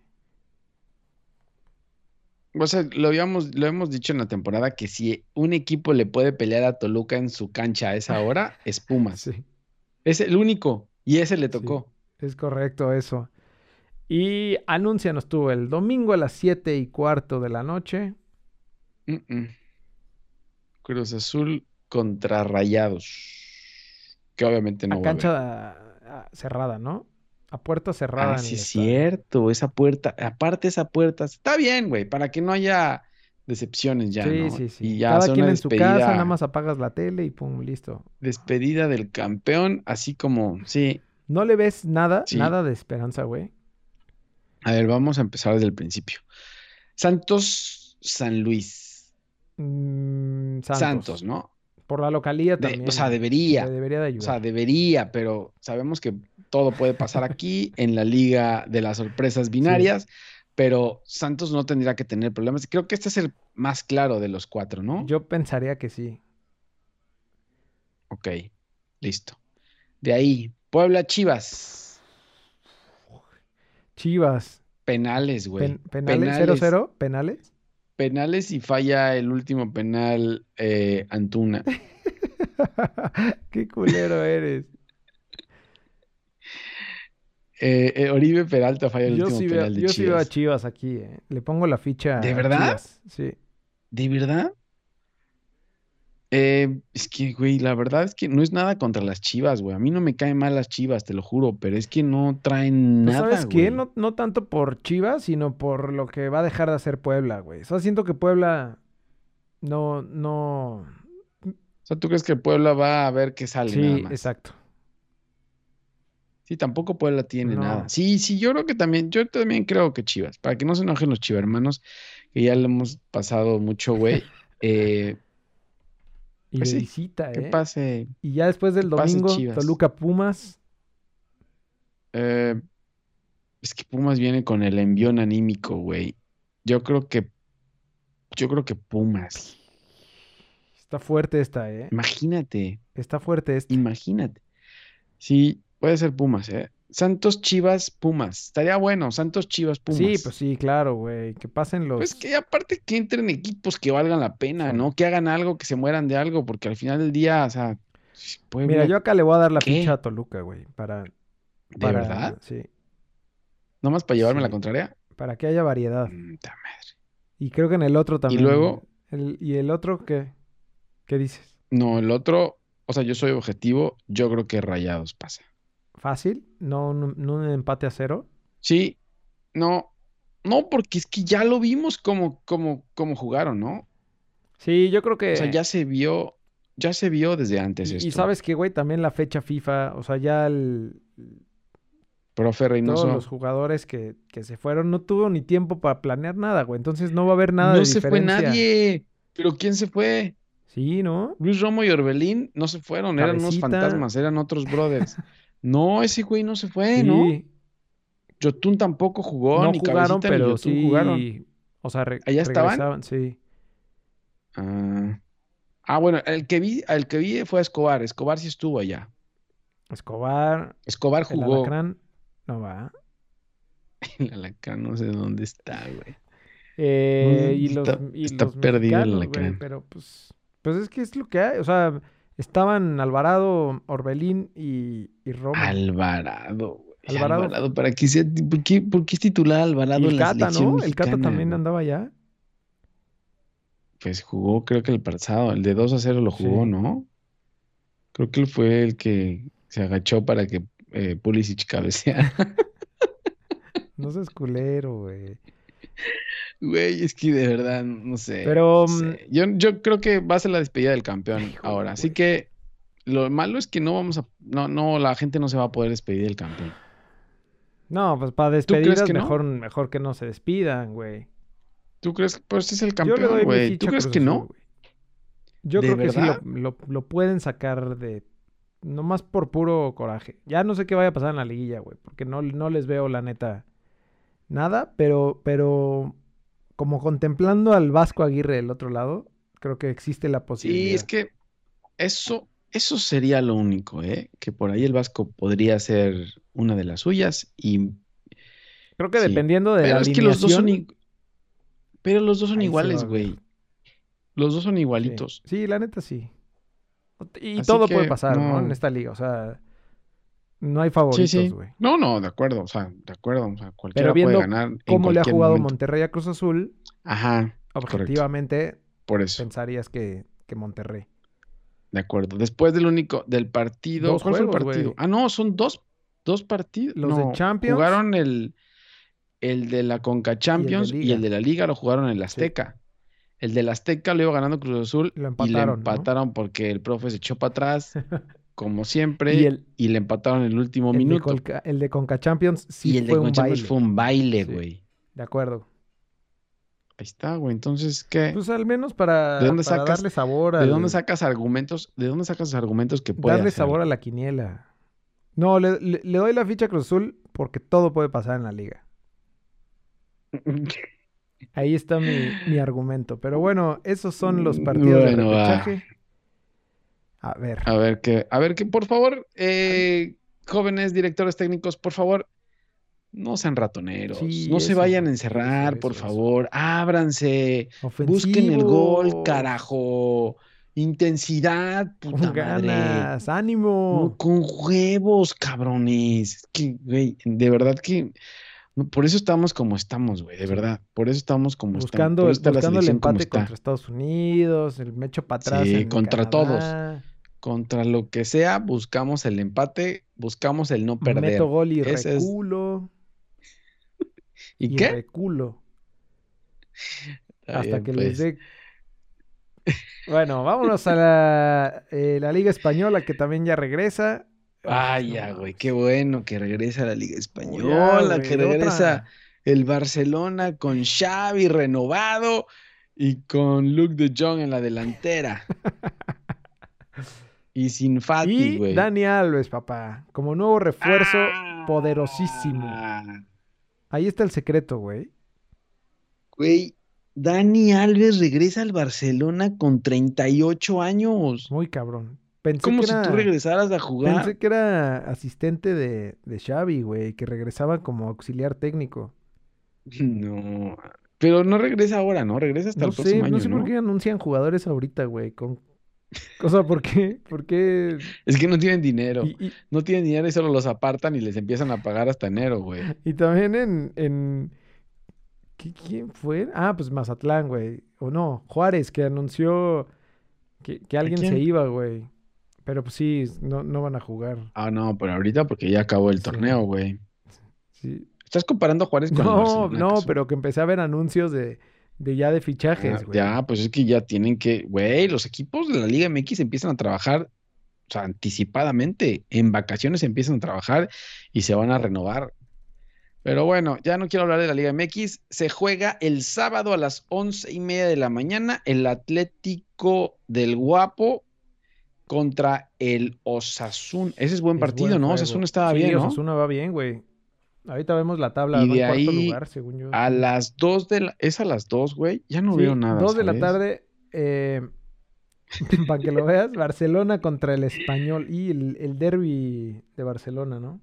Speaker 2: O sea, lo habíamos, lo hemos dicho en la temporada que si un equipo le puede pelear a Toluca en su cancha a esa hora, es Pumas.
Speaker 1: Sí,
Speaker 2: Es el único. Y ese le
Speaker 1: sí,
Speaker 2: tocó.
Speaker 1: es correcto eso. Y anúncianos tú el domingo a las siete y cuarto de la noche.
Speaker 2: Mm-mm. Cruz Azul contra Rayados. Que obviamente no
Speaker 1: A
Speaker 2: va a haber.
Speaker 1: cancha ah, cerrada, ¿no? A puerta cerrada
Speaker 2: Ah,
Speaker 1: en
Speaker 2: sí
Speaker 1: el
Speaker 2: es
Speaker 1: estadio.
Speaker 2: cierto. Esa puerta, aparte esa puerta, está bien, güey, para que no haya decepciones ya,
Speaker 1: Sí,
Speaker 2: ¿no?
Speaker 1: sí, sí.
Speaker 2: Y ya
Speaker 1: Cada
Speaker 2: hacer una
Speaker 1: quien en su casa, nada
Speaker 2: despedida,
Speaker 1: más apagas la tele y pum, listo.
Speaker 2: despedida del campeón, así como, sí,
Speaker 1: ¿No le ves nada,
Speaker 2: sí.
Speaker 1: nada de esperanza, güey?
Speaker 2: A ver, vamos a empezar desde el principio. Santos, San Luis.
Speaker 1: Mm,
Speaker 2: Santos,
Speaker 1: Santos.
Speaker 2: ¿no?
Speaker 1: Por la localía
Speaker 2: De, o sea,
Speaker 1: también le
Speaker 2: debería,
Speaker 1: debería de
Speaker 2: o sea,
Speaker 1: ayudar.
Speaker 2: debería, pero sabemos que todo puede pasar aquí en la liga de las sorpresas
Speaker 1: Sí,
Speaker 2: binarias, pero Santos no tendría que tener problemas. Creo que este es el más claro de los cuatro, ¿no?
Speaker 1: yo pensaría que sí.
Speaker 2: Ok, listo. De ahí, Puebla Chivas.
Speaker 1: Chivas.
Speaker 2: Penales,
Speaker 1: Pen-
Speaker 2: güey.
Speaker 1: penales, cero
Speaker 2: Penales.
Speaker 1: cero, penales.
Speaker 2: Penales y falla el último penal eh, Antuna.
Speaker 1: Qué culero eres.
Speaker 2: Eh, eh, Oribe Peralta falla el
Speaker 1: Yo
Speaker 2: último
Speaker 1: sí veo,
Speaker 2: penal de
Speaker 1: yo sí veo a
Speaker 2: Chivas.
Speaker 1: Chivas aquí, eh. Le pongo la
Speaker 2: ¿De
Speaker 1: ficha a
Speaker 2: verdad?
Speaker 1: Chivas. Sí.
Speaker 2: ¿De verdad? Eh, es que, güey, la verdad es que no es nada contra las Chivas, güey. A mí no me caen mal las Chivas, te lo juro, pero es que no traen
Speaker 1: Pues
Speaker 2: nada,
Speaker 1: ¿sabes qué?
Speaker 2: güey.
Speaker 1: No, no tanto por Chivas, sino por lo que va a dejar de hacer Puebla, güey. O sea, siento que Puebla no, no.
Speaker 2: O sea, ¿tú crees que Puebla va a ver qué sale nada
Speaker 1: Sí,
Speaker 2: más?
Speaker 1: exacto.
Speaker 2: Sí, tampoco Puebla tiene nada.
Speaker 1: No.
Speaker 2: Sí, sí, yo creo que también, yo también creo que Chivas, para que no se enojen los chivermanos, que ya lo hemos pasado mucho, güey. Eh,
Speaker 1: Y
Speaker 2: pues
Speaker 1: de
Speaker 2: sí,
Speaker 1: visita,
Speaker 2: que
Speaker 1: ¿eh?
Speaker 2: pase,
Speaker 1: Y ya después
Speaker 2: que
Speaker 1: del
Speaker 2: pase
Speaker 1: domingo,
Speaker 2: Chivas.
Speaker 1: Toluca Pumas.
Speaker 2: Eh, es que Pumas viene con el envión anímico, güey. Yo creo que, yo creo que Pumas.
Speaker 1: Está fuerte esta, ¿eh?
Speaker 2: Imagínate,
Speaker 1: Está fuerte esta.
Speaker 2: imagínate. Sí, puede ser Pumas, ¿eh? Santos Chivas Pumas. Estaría bueno, Santos Chivas
Speaker 1: Sí, pues
Speaker 2: Pumas.
Speaker 1: sí, claro, güey. Que pasen
Speaker 2: Pues
Speaker 1: los.
Speaker 2: que aparte que entren equipos que valgan la pena,
Speaker 1: Sí.
Speaker 2: ¿no? Que hagan algo, que se mueran de algo, porque al final del día, o sea,
Speaker 1: Mira,
Speaker 2: Puebla,
Speaker 1: yo acá le voy a dar la ficha a
Speaker 2: ¿qué?
Speaker 1: Toluca, güey. Para,
Speaker 2: ¿De
Speaker 1: para,
Speaker 2: verdad?
Speaker 1: sí,
Speaker 2: ¿Nomás para llevarme la
Speaker 1: sí.
Speaker 2: contraria?
Speaker 1: Para que haya variedad.
Speaker 2: Mm, ta madre.
Speaker 1: Y creo que en el otro
Speaker 2: Y
Speaker 1: también.
Speaker 2: luego,
Speaker 1: El, ¿y el otro qué? ¿Qué dices?
Speaker 2: no, el otro, o sea, yo soy objetivo, yo creo que Rayados pasa.
Speaker 1: ¿Fácil? ¿No, no, no un empate a cero?
Speaker 2: Sí, no, no, porque es que ya lo vimos como, como, como jugaron, ¿no?
Speaker 1: Sí, yo creo
Speaker 2: O sea,
Speaker 1: que.
Speaker 2: ya se vio, ya se vio desde antes
Speaker 1: Y, y
Speaker 2: esto.
Speaker 1: sabes que, güey, también la fecha FIFA, o sea, ya el-
Speaker 2: Profe
Speaker 1: todos los
Speaker 2: Reynoso,
Speaker 1: jugadores que, que se fueron no tuvo ni tiempo para planear nada, güey. Entonces no va a haber nada
Speaker 2: no
Speaker 1: de
Speaker 2: se fue
Speaker 1: diferencia.
Speaker 2: nadie, pero ¿quién se fue?
Speaker 1: Sí, ¿no?
Speaker 2: Luis Romo y Orbelín no se fueron, eran unos
Speaker 1: Cabecita,
Speaker 2: fantasmas, eran otros brothers. No, ese güey no se fue, ¿no?
Speaker 1: sí.
Speaker 2: Yotun tampoco jugó,
Speaker 1: No
Speaker 2: ni
Speaker 1: jugaron,
Speaker 2: Cabecita ni
Speaker 1: pero
Speaker 2: Yotun jugaron.
Speaker 1: sí. O sea, re-
Speaker 2: ¿Allá estaban?
Speaker 1: regresaban, sí.
Speaker 2: Ah, ah, bueno, el que vi, el que vi fue a Escobar. Escobar sí estuvo allá.
Speaker 1: Escobar,
Speaker 2: Escobar
Speaker 1: el
Speaker 2: jugó.
Speaker 1: Alacrán, no va.
Speaker 2: El Alacrán no sé dónde está, güey. No sé
Speaker 1: Eh, y
Speaker 2: dónde
Speaker 1: los,
Speaker 2: está,
Speaker 1: y
Speaker 2: está
Speaker 1: los
Speaker 2: perdido el
Speaker 1: mexicanos, güey,
Speaker 2: Alacrán.
Speaker 1: pero pues, pues es que es lo que hay. O sea, estaban Alvarado, Orbelín y, y Romo.
Speaker 2: Alvarado, güey.
Speaker 1: Alvarado
Speaker 2: Alvarado, ¿para qué, sea, por qué, por qué es titular
Speaker 1: y
Speaker 2: Alvarado
Speaker 1: el
Speaker 2: en la
Speaker 1: Cata,
Speaker 2: selección
Speaker 1: ¿no? El Cata
Speaker 2: mexicana,
Speaker 1: también
Speaker 2: güey?
Speaker 1: andaba allá.
Speaker 2: Pues jugó, creo que el pasado, el de dos a cero lo jugó,
Speaker 1: Sí,
Speaker 2: ¿no? Creo que él fue el que se agachó para que eh, Pulisic cabeceara.
Speaker 1: no seas culero, güey.
Speaker 2: Güey, es que de verdad, no sé,
Speaker 1: Pero,
Speaker 2: no
Speaker 1: mm,
Speaker 2: sé. Yo, yo creo que va a ser la despedida del campeón
Speaker 1: híjole,
Speaker 2: ahora. Así
Speaker 1: güey.
Speaker 2: que lo malo es que no vamos a, no, no, la gente no se va a poder despedir del campeón.
Speaker 1: No, pues para
Speaker 2: ¿Tú crees
Speaker 1: despedidas
Speaker 2: que no?
Speaker 1: mejor, mejor que no se despidan, güey.
Speaker 2: ¿Tú crees que pues es el
Speaker 1: Yo le
Speaker 2: campeón,
Speaker 1: doy mi
Speaker 2: güey? ¿Tú
Speaker 1: ficha a
Speaker 2: crees
Speaker 1: Cruz
Speaker 2: que
Speaker 1: Azul,
Speaker 2: no?
Speaker 1: güey. Yo
Speaker 2: ¿De
Speaker 1: creo que sí lo,
Speaker 2: verdad?
Speaker 1: lo, lo pueden sacar de... Nomás por puro coraje. Ya no sé qué vaya a pasar en la liguilla, güey. Porque no, no les veo, la neta, nada. Pero, pero como contemplando al Vasco Aguirre del otro lado, creo que existe la
Speaker 2: Sí, es
Speaker 1: posibilidad.
Speaker 2: que eso, Eso sería lo único, ¿eh? Que por ahí el Vasco podría ser una de las suyas y
Speaker 1: Creo que
Speaker 2: sí.
Speaker 1: dependiendo de la
Speaker 2: Pero es que los dos son,
Speaker 1: alineación,
Speaker 2: i- pero los dos son
Speaker 1: ahí se va
Speaker 2: iguales,
Speaker 1: a ver.
Speaker 2: güey. Los dos son
Speaker 1: Sí,
Speaker 2: igualitos.
Speaker 1: sí, la neta sí. Y
Speaker 2: Así
Speaker 1: todo puede
Speaker 2: que
Speaker 1: pasar, ¿no? En
Speaker 2: no.
Speaker 1: esta liga, o sea, no hay
Speaker 2: Sí,
Speaker 1: favoritos,
Speaker 2: sí.
Speaker 1: güey.
Speaker 2: No, no, de acuerdo, o sea, de acuerdo. O sea,
Speaker 1: Pero
Speaker 2: cualquiera puede
Speaker 1: viendo
Speaker 2: ganar en
Speaker 1: cómo le ha
Speaker 2: cualquier
Speaker 1: jugado
Speaker 2: momento.
Speaker 1: Monterrey a Cruz Azul,
Speaker 2: Ajá, correcto.
Speaker 1: objetivamente
Speaker 2: Por eso,
Speaker 1: pensarías que, que Monterrey.
Speaker 2: de acuerdo. Después del único, del partido,
Speaker 1: Dos
Speaker 2: ¿cuál fue el
Speaker 1: juegos,
Speaker 2: partido?
Speaker 1: güey.
Speaker 2: Ah, no, son dos, dos partidos.
Speaker 1: Los de
Speaker 2: No,
Speaker 1: Champions
Speaker 2: jugaron el, el de la Conca
Speaker 1: y el de
Speaker 2: Champions y el
Speaker 1: Liga.
Speaker 2: de la Liga lo jugaron en el
Speaker 1: Sí,
Speaker 2: Azteca. El del Azteca lo iba ganando Cruz Azul
Speaker 1: lo
Speaker 2: y le
Speaker 1: empataron, ¿no?
Speaker 2: empataron porque el profe se echó para atrás, como
Speaker 1: Y
Speaker 2: siempre,
Speaker 1: el,
Speaker 2: y le empataron en el último
Speaker 1: el de
Speaker 2: minuto.
Speaker 1: Colca- el de Conca Champions sí
Speaker 2: Y el de
Speaker 1: fue un
Speaker 2: Conca Champions fue
Speaker 1: baile.
Speaker 2: un baile,
Speaker 1: Sí,
Speaker 2: güey.
Speaker 1: de acuerdo.
Speaker 2: Ahí está, güey. Entonces, ¿qué?
Speaker 1: Pues al menos
Speaker 2: ¿De
Speaker 1: para,
Speaker 2: dónde
Speaker 1: para
Speaker 2: sacas,
Speaker 1: darle sabor
Speaker 2: de dónde
Speaker 1: al,
Speaker 2: sacas argumentos, de dónde sacas argumentos que puede
Speaker 1: darle sabor a
Speaker 2: hacerlo?
Speaker 1: la quiniela. No, le, le- le doy la ficha a Cruz Azul porque todo puede pasar en la liga. Ahí está mi, mi argumento. Pero bueno, esos son los partidos de
Speaker 2: Bueno, va.
Speaker 1: repechaje. A ver.
Speaker 2: A ver qué, a ver qué, por favor,
Speaker 1: An-
Speaker 2: eh, jóvenes directores técnicos, por favor, no sean ratoneros,
Speaker 1: Sí,
Speaker 2: no se
Speaker 1: eso,
Speaker 2: vayan a
Speaker 1: güey.
Speaker 2: encerrar,
Speaker 1: Eso,
Speaker 2: por
Speaker 1: eso, eso.
Speaker 2: favor, ábranse, busquen el gol,
Speaker 1: Ofensivo.
Speaker 2: carajo, intensidad,
Speaker 1: Con
Speaker 2: puta madre,
Speaker 1: ganas.
Speaker 2: no,
Speaker 1: Ánimo.
Speaker 2: con huevos, cabrones, es que, güey, de verdad que, no, por eso estamos como estamos, güey, de
Speaker 1: Sí.
Speaker 2: verdad, por eso estamos como estamos,
Speaker 1: Buscando,
Speaker 2: por eso está la
Speaker 1: buscando el
Speaker 2: selección como
Speaker 1: empate contra
Speaker 2: está,
Speaker 1: Estados Unidos. El me echo para atrás
Speaker 2: sí,
Speaker 1: en
Speaker 2: contra todos.
Speaker 1: Canadá.
Speaker 2: Contra lo que sea, buscamos el empate, buscamos el no
Speaker 1: Meto
Speaker 2: perder.
Speaker 1: gol y
Speaker 2: Ese es.
Speaker 1: reculo.
Speaker 2: ¿Y
Speaker 1: Y
Speaker 2: qué?
Speaker 1: reculo.
Speaker 2: Está
Speaker 1: Hasta
Speaker 2: bien,
Speaker 1: que les
Speaker 2: pues.
Speaker 1: dé. Bueno, vámonos a la, eh, la Liga Española que también ya regresa. Ay,
Speaker 2: Ay,
Speaker 1: no
Speaker 2: ya, güey,
Speaker 1: mames.
Speaker 2: qué bueno que regresa la Liga
Speaker 1: Oh, ya,
Speaker 2: Española, que
Speaker 1: güey.
Speaker 2: regresa
Speaker 1: Otra.
Speaker 2: el Barcelona con Xavi renovado y con Luke de Jong en la delantera. Y sin Fati,
Speaker 1: Y
Speaker 2: güey.
Speaker 1: Dani Alves, papá. Como nuevo refuerzo poderosísimo.
Speaker 2: Ah,
Speaker 1: Ahí está el secreto, güey.
Speaker 2: güey, Dani Alves regresa al Barcelona con treinta y ocho años.
Speaker 1: Muy cabrón. Pensé
Speaker 2: Como
Speaker 1: que
Speaker 2: si tú
Speaker 1: era.
Speaker 2: regresaras a jugar.
Speaker 1: Pensé que era asistente de, de Xavi, güey. Que regresaba como auxiliar técnico.
Speaker 2: No, pero no regresa ahora, ¿no? Regresa hasta
Speaker 1: No
Speaker 2: el
Speaker 1: sé,
Speaker 2: próximo
Speaker 1: no
Speaker 2: año,
Speaker 1: sé por
Speaker 2: ¿no?
Speaker 1: qué anuncian jugadores ahorita, güey. Con... O sea, ¿por qué? ¿Por qué?
Speaker 2: Es que no tienen dinero.
Speaker 1: Y, y,
Speaker 2: No tienen dinero y solo los apartan y les empiezan a pagar hasta enero, güey.
Speaker 1: y también en, en... ¿qué- ¿Quién fue? Ah, pues Mazatlán, güey. O no, Juárez, que anunció que, que
Speaker 2: ¿A
Speaker 1: alguien se
Speaker 2: quién?
Speaker 1: iba, güey. Pero pues sí, no, no van a jugar.
Speaker 2: Ah, no, pero ahorita porque ya acabó el
Speaker 1: Sí,
Speaker 2: torneo, güey.
Speaker 1: sí.
Speaker 2: ¿Estás comparando a Juárez con el
Speaker 1: No,
Speaker 2: Barcelona,
Speaker 1: no,
Speaker 2: acaso?
Speaker 1: pero que empecé a ver anuncios de, de ya de
Speaker 2: Ah,
Speaker 1: fichajes, güey.
Speaker 2: ya, pues es que ya tienen que, güey, los equipos de la Liga M X empiezan a trabajar, o sea, anticipadamente. En vacaciones empiezan a trabajar y se van a renovar. Pero bueno, ya no quiero hablar de la Liga M X. Se juega el sábado a las once y media de la mañana el Atlético del Guapo contra el Osasuna. Ese es buen
Speaker 1: Es
Speaker 2: partido,
Speaker 1: buen
Speaker 2: ¿no?
Speaker 1: juego.
Speaker 2: Osasuna estaba
Speaker 1: Sí,
Speaker 2: bien, ¿no?
Speaker 1: Osasuna va bien, güey. Ahorita vemos la tabla,
Speaker 2: Y
Speaker 1: va en
Speaker 2: de
Speaker 1: cuarto
Speaker 2: ahí
Speaker 1: lugar, según yo
Speaker 2: a
Speaker 1: aquí.
Speaker 2: las dos de la... Es a las dos, güey. Ya no veo
Speaker 1: Sí,
Speaker 2: nada,
Speaker 1: dos de la
Speaker 2: ¿sabes?
Speaker 1: tarde, eh, para que lo veas, Barcelona contra el Español y el, el derbi de Barcelona, ¿no?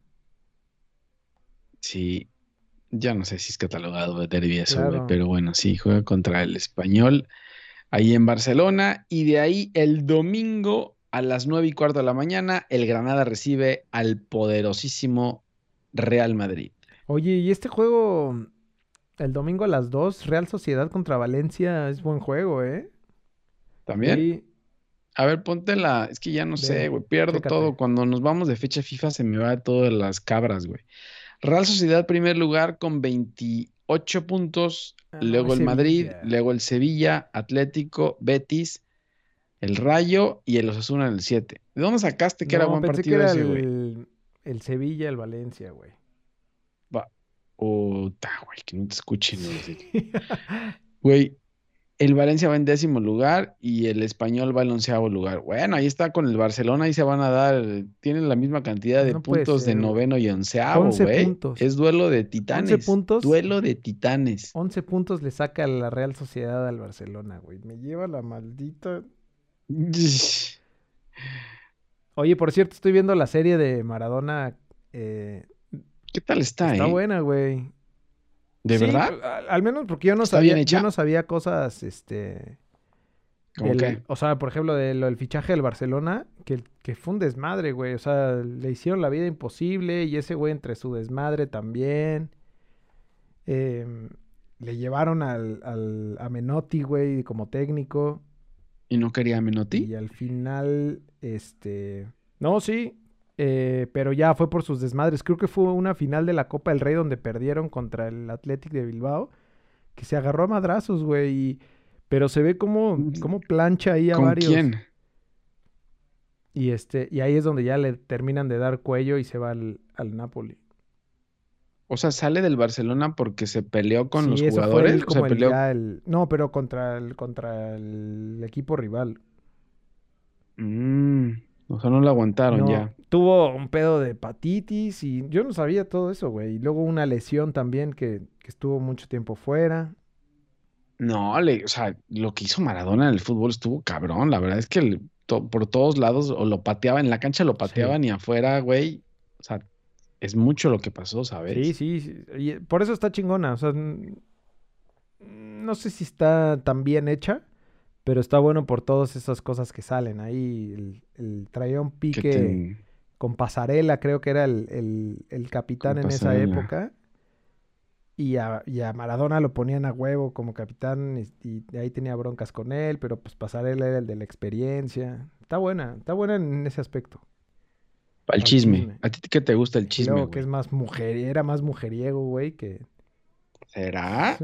Speaker 2: Sí, ya no sé si es catalogado de derbi eso, güey,
Speaker 1: Claro.
Speaker 2: pero bueno, sí, juega contra el Español ahí en Barcelona. Y de ahí el domingo a las nueve y cuarto de la mañana, el Granada recibe al poderosísimo Real Madrid.
Speaker 1: Oye, y este juego, el domingo a las dos, Real Sociedad contra Valencia, es buen juego, ¿eh?
Speaker 2: ¿También?
Speaker 1: Sí,
Speaker 2: A ver, ponte la... Es que ya no sé,
Speaker 1: ve,
Speaker 2: güey, pierdo todo.
Speaker 1: chécate.
Speaker 2: Cuando nos vamos de fecha FIFA se me va todo de las cabras, güey. Real Sociedad primer lugar con veintiocho puntos,
Speaker 1: Ah, no,
Speaker 2: luego
Speaker 1: es
Speaker 2: el Madrid,
Speaker 1: Sevilla.
Speaker 2: luego el Sevilla, Atlético, Betis, el Rayo y el Osasuna en el siete. ¿De dónde sacaste que era
Speaker 1: No,
Speaker 2: buen
Speaker 1: pensé que
Speaker 2: partido
Speaker 1: era
Speaker 2: ese, güey?
Speaker 1: el, el Sevilla, el Valencia, güey.
Speaker 2: Va. Puta, güey, que no te escuchen. No sé. Güey, el Valencia va en décimo lugar y el Español va en onceavo lugar. Bueno, ahí está con el Barcelona, ahí se van a dar, tienen la misma cantidad de
Speaker 1: No puede
Speaker 2: puntos de
Speaker 1: ser, güey.
Speaker 2: noveno y onceavo,
Speaker 1: once
Speaker 2: güey.
Speaker 1: puntos.
Speaker 2: Es duelo de
Speaker 1: once
Speaker 2: titanes,
Speaker 1: puntos.
Speaker 2: duelo de titanes.
Speaker 1: once puntos le saca la Real Sociedad al Barcelona, güey. Me lleva la maldita. Oye, por cierto, estoy viendo la serie de Maradona. eh,
Speaker 2: ¿Qué tal está,
Speaker 1: Está
Speaker 2: eh?
Speaker 1: buena, güey.
Speaker 2: ¿De
Speaker 1: Sí,
Speaker 2: verdad?
Speaker 1: al, al menos porque yo no
Speaker 2: ¿Está bien
Speaker 1: sabía, yo
Speaker 2: hecha?
Speaker 1: no sabía cosas, este,
Speaker 2: ¿Cómo
Speaker 1: del,
Speaker 2: qué?
Speaker 1: o sea, por ejemplo, de lo del fichaje del Barcelona, que, que fue un desmadre, güey. O sea, le hicieron la vida imposible y ese güey entre su desmadre también. em, Le llevaron al, al, a Menotti, güey, como técnico.
Speaker 2: ¿Y no quería a Menotti?
Speaker 1: Y al final, este... No, sí, eh, pero ya fue por sus desmadres. Creo que fue una final de la Copa del Rey donde perdieron contra el Athletic de Bilbao, que se agarró a madrazos, güey. y- Pero se ve como, como plancha ahí a
Speaker 2: ¿Con
Speaker 1: varios.
Speaker 2: quién?
Speaker 1: Y este, y ahí es donde ya le terminan de dar cuello y se va al, al Napoli.
Speaker 2: O sea, sale del Barcelona porque se peleó con los
Speaker 1: Sí, eso fue
Speaker 2: jugadores.
Speaker 1: el
Speaker 2: O sea,
Speaker 1: como el
Speaker 2: peleó.
Speaker 1: ya el. No, pero contra el, contra el equipo rival.
Speaker 2: Mm, o sea, no lo aguantaron
Speaker 1: No,
Speaker 2: ya.
Speaker 1: tuvo un pedo de hepatitis y yo no sabía todo eso, güey. Y luego una lesión también que, que estuvo mucho tiempo fuera.
Speaker 2: No, le, o sea, lo que hizo Maradona en el fútbol estuvo cabrón. La verdad es que el- to- por todos lados o lo pateaba, en la cancha lo
Speaker 1: Sí.
Speaker 2: pateaban y afuera, güey. O sea, es mucho lo que pasó,
Speaker 1: Sí,
Speaker 2: ¿sabes?
Speaker 1: sí, sí. Y eh, por eso está chingona. O sea, n- no sé si está tan bien hecha, pero está bueno por todas esas cosas que salen. Ahí el, el traía un
Speaker 2: Que te
Speaker 1: pique con Pasarela, creo que era el, el, el capitán
Speaker 2: con
Speaker 1: en esa
Speaker 2: pasarela.
Speaker 1: época. Y a, y a Maradona lo ponían a huevo como capitán y, y de ahí tenía broncas con él, pero pues Pasarela era el de la experiencia. Está buena, está buena en ese aspecto,
Speaker 2: Para el
Speaker 1: para el
Speaker 2: chisme.
Speaker 1: chisme.
Speaker 2: ¿A ti qué te gusta el
Speaker 1: Y
Speaker 2: chisme,
Speaker 1: luego que es
Speaker 2: güey?
Speaker 1: más mujer, era más mujeriego, güey, que...
Speaker 2: ¿Será?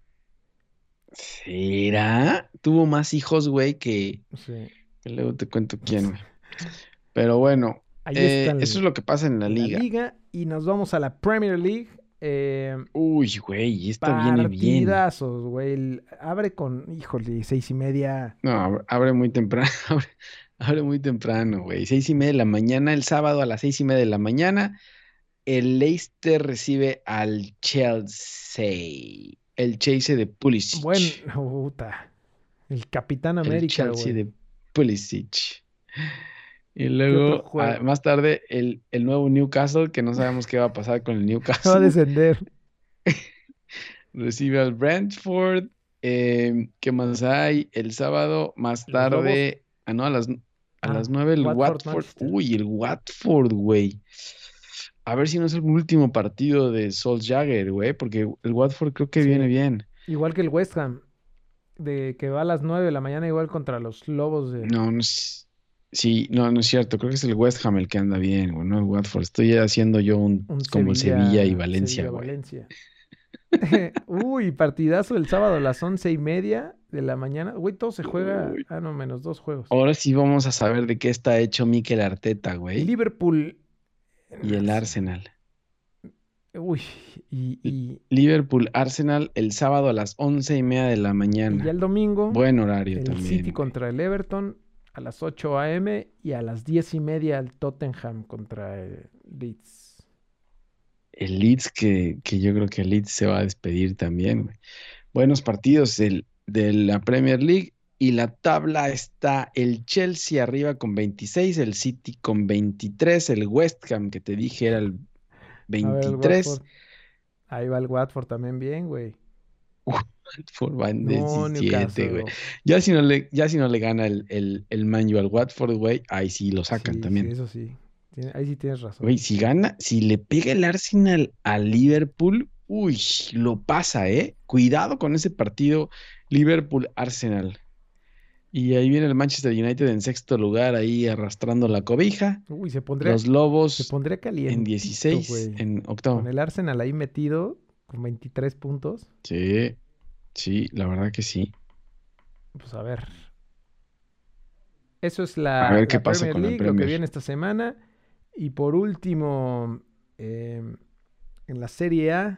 Speaker 2: ¿Será? Tuvo más hijos, güey, que,
Speaker 1: Sí.
Speaker 2: que luego te cuento quién, güey. Pero bueno,
Speaker 1: Ahí está
Speaker 2: eh, eso
Speaker 1: el-
Speaker 2: es lo que pasa en la
Speaker 1: la
Speaker 2: liga.
Speaker 1: liga y nos vamos a la Premier League. Eh,
Speaker 2: Uy, güey, esta viene bien.
Speaker 1: partidazos, güey. El- Abre con, híjole, seis y media.
Speaker 2: No, abre, abre muy temprano, abre, abre muy temprano, güey. Seis y media de la mañana, el sábado a las seis y media de la mañana, el Leicester recibe al Chelsea. El Chelsea de
Speaker 1: Buen,
Speaker 2: Pulisic.
Speaker 1: puta. El Capitán
Speaker 2: El
Speaker 1: América,
Speaker 2: Chelsea
Speaker 1: güey.
Speaker 2: de Pulisic. Y
Speaker 1: ¿Qué otro
Speaker 2: luego, ah,
Speaker 1: juego?
Speaker 2: más tarde, el, el nuevo Newcastle, que no sabemos qué va a pasar con el
Speaker 1: Va a
Speaker 2: Newcastle,
Speaker 1: descender.
Speaker 2: recibe al Brentford. Eh, ¿qué más hay? El sábado, más
Speaker 1: Los Lobos.
Speaker 2: tarde, ah, no, a las, a
Speaker 1: Ah,
Speaker 2: las nueve el
Speaker 1: Watford,
Speaker 2: Watford.
Speaker 1: Manchester.
Speaker 2: Uy, el Watford, güey. A ver si no es el último partido de Solskjaer, güey, porque el Watford creo que viene
Speaker 1: Sí.
Speaker 2: bien.
Speaker 1: Igual que el West Ham. De que va a las nueve de la mañana, igual contra los Lobos de.
Speaker 2: No, no es... Sí, no, no es cierto. Creo que es el West Ham el que anda bien, güey, no el Watford. Estoy haciendo yo un
Speaker 1: Un
Speaker 2: como Sevilla y
Speaker 1: Sevilla.
Speaker 2: Valencia, güey.
Speaker 1: Sevilla-Valencia. Uy, partidazo el sábado a las once y media de la mañana. Güey, todo se juega.
Speaker 2: Uy.
Speaker 1: Ah, no, menos dos juegos.
Speaker 2: Ahora sí vamos a saber de qué está hecho Mikel Arteta, güey,
Speaker 1: Liverpool.
Speaker 2: y el Arsenal.
Speaker 1: Uy, y, y,
Speaker 2: Liverpool Arsenal el sábado a las once y media de la
Speaker 1: y ya
Speaker 2: mañana.
Speaker 1: el domingo,
Speaker 2: Buen horario
Speaker 1: el
Speaker 2: también,
Speaker 1: City
Speaker 2: güey.
Speaker 1: contra el Everton a las ocho a m y a las diez y media el Tottenham contra el Leeds.
Speaker 2: El Leeds, que, que yo creo que el Leeds se va a despedir también, güey. Buenos partidos del- de la Premier League. Y la tabla está el Chelsea arriba con veintiséis, el City con veintitrés, el West Ham, que te dije era el
Speaker 1: A ver, el
Speaker 2: veintitrés.
Speaker 1: Watford. Ahí va el Watford también bien, güey.
Speaker 2: Watford va en
Speaker 1: No,
Speaker 2: diecisiete, güey.
Speaker 1: Newcastle.
Speaker 2: Ya si no le, ya si no le gana el, el, el Man U al Watford, güey, ahí sí lo sacan
Speaker 1: Sí, sí,
Speaker 2: también.
Speaker 1: eso sí. Tiene- ahí sí tienes razón.
Speaker 2: Güey, si gana, si le pega el Arsenal a Liverpool, uy, lo pasa, ¿eh? Cuidado con ese partido Liverpool-Arsenal. Y ahí viene el Manchester United en sexto lugar, ahí arrastrando la cobija.
Speaker 1: Uy, se pondría,
Speaker 2: Los
Speaker 1: se
Speaker 2: Lobos
Speaker 1: pondría
Speaker 2: en
Speaker 1: calientito,
Speaker 2: dieciséis,
Speaker 1: güey.
Speaker 2: en
Speaker 1: Con
Speaker 2: octavo.
Speaker 1: el Arsenal ahí metido, con veintitrés puntos.
Speaker 2: Sí, sí, la verdad que sí.
Speaker 1: Pues a ver. Eso es
Speaker 2: A
Speaker 1: la,
Speaker 2: ver qué
Speaker 1: la
Speaker 2: pasa
Speaker 1: Premier
Speaker 2: con la
Speaker 1: League, lo que
Speaker 2: Premier.
Speaker 1: viene esta semana. Y por último, em, en la Serie A,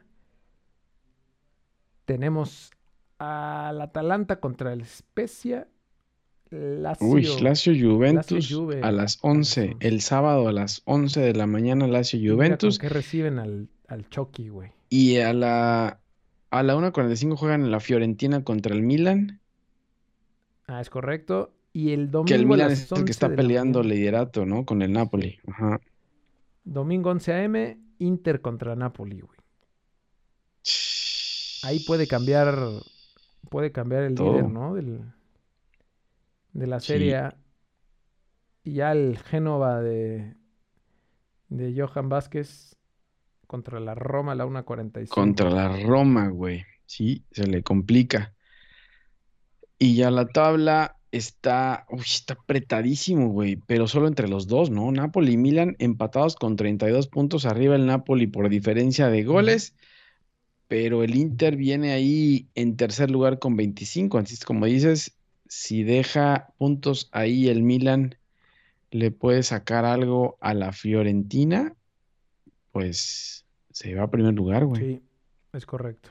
Speaker 1: tenemos al Atalanta contra el Spezia.
Speaker 2: Uy,
Speaker 1: Lazio,
Speaker 2: Lazio
Speaker 1: Lazio
Speaker 2: Juventus
Speaker 1: Juve
Speaker 2: a las
Speaker 1: a las
Speaker 2: once.
Speaker 1: once.
Speaker 2: El sábado a las once de la mañana, Lazio
Speaker 1: Y mira con
Speaker 2: Juventus.
Speaker 1: qué reciben al, al Chucky, güey.
Speaker 2: Y a la, a la una cuarenta y cinco juegan en la Fiorentina contra el Milan.
Speaker 1: Ah, es correcto. Y el domingo
Speaker 2: Que el
Speaker 1: a
Speaker 2: Milan
Speaker 1: las
Speaker 2: es el que
Speaker 1: once
Speaker 2: está
Speaker 1: de la
Speaker 2: peleando
Speaker 1: mañana.
Speaker 2: liderato, ¿no? Con el Napoli. Ajá.
Speaker 1: Domingo once a eme, Inter contra Napoli, güey. Ahí puede cambiar, puede cambiar el
Speaker 2: Todo.
Speaker 1: líder, ¿no? Del, de la
Speaker 2: Sí.
Speaker 1: Serie A. Y ya el Génova de, de Johan Vázquez contra la Roma a la una cuarenta y cinco.
Speaker 2: Contra la Roma, güey. Sí, se le complica. Y ya la tabla está, uy, está apretadísimo, güey, pero solo entre los dos, ¿no? Napoli y Milan empatados con treinta y dos puntos arriba el Napoli por diferencia de goles, pero el Inter viene ahí en tercer lugar con veinticinco, así es como dices, si deja puntos ahí el Milan, le puede sacar algo a la Fiorentina, pues se va a primer lugar, güey.
Speaker 1: Sí, es correcto.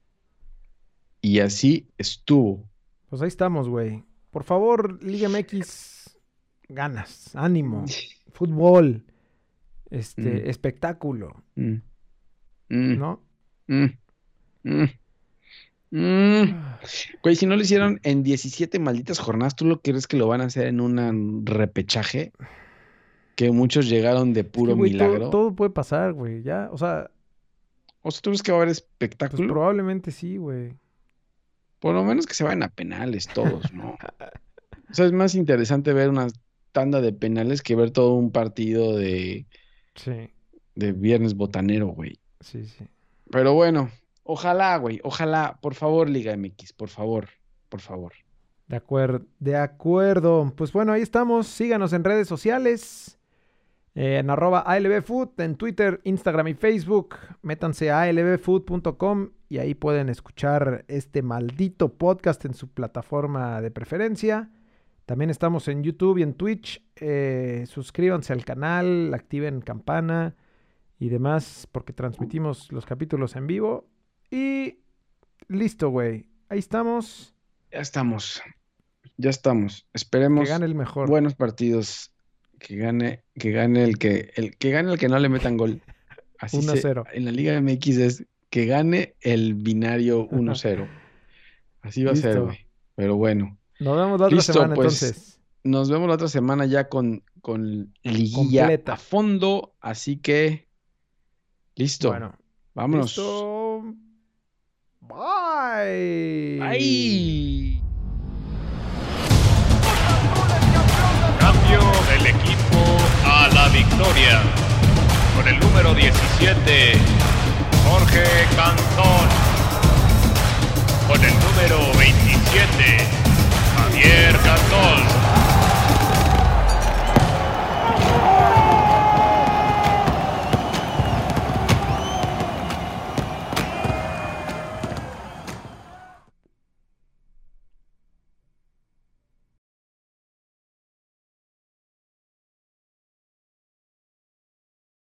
Speaker 2: Y así estuvo.
Speaker 1: Pues ahí estamos, güey. Por favor, Liga M X, ganas, ánimo, fútbol, este,
Speaker 2: Mm.
Speaker 1: espectáculo,
Speaker 2: Mm. Mm.
Speaker 1: ¿no?
Speaker 2: Mm. Mm. Mm. Güey, si no lo hicieron en diecisiete malditas jornadas, ¿tú lo crees que lo van a hacer en un repechaje? Que muchos llegaron de
Speaker 1: Es que,
Speaker 2: puro
Speaker 1: güey, todo,
Speaker 2: milagro.
Speaker 1: todo puede pasar, güey. Ya, o sea,
Speaker 2: O sea, ¿tú crees que va a haber
Speaker 1: pues
Speaker 2: espectáculo?
Speaker 1: probablemente sí, güey.
Speaker 2: Por lo menos que se vayan a penales todos, ¿no? O sea, es más interesante ver una tanda de penales que ver todo un partido de,
Speaker 1: Sí,
Speaker 2: de viernes botanero, güey.
Speaker 1: sí, sí.
Speaker 2: Pero bueno, ojalá, güey, ojalá, por favor, Liga M X, por favor, por favor.
Speaker 1: De acuerdo, de acuerdo. Pues bueno, ahí estamos. Síganos en redes sociales. eh, en arroba ALBFood, en Twitter, Instagram y Facebook. Métanse a a l b food punto com y ahí pueden escuchar este maldito podcast en su plataforma de preferencia. También estamos en YouTube y en Twitch. Eh, suscríbanse al canal, activen campana y demás porque transmitimos los capítulos en vivo. Y listo, güey. Ahí estamos.
Speaker 2: Ya estamos, ya estamos.
Speaker 1: Que
Speaker 2: Esperemos
Speaker 1: gane el mejor.
Speaker 2: buenos partidos. Que gane, que gane el que, el que gane el que no le metan gol. Así
Speaker 1: uno a
Speaker 2: se,
Speaker 1: cero.
Speaker 2: en la Liga M X es que gane el binario uno cero. Así va a ser,
Speaker 1: Listo.
Speaker 2: güey. Pero bueno,
Speaker 1: Nos vemos la otra
Speaker 2: listo,
Speaker 1: semana
Speaker 2: pues.
Speaker 1: entonces.
Speaker 2: Nos vemos la otra semana ya con, con liguilla
Speaker 1: Completa.
Speaker 2: a fondo. Así que, listo.
Speaker 1: Bueno,
Speaker 2: Vámonos.
Speaker 1: listo. Bye.
Speaker 2: Bye.
Speaker 3: Cambio del equipo a la victoria. Con el número diecisiete, Jorge Cantón. Con el número veintisiete,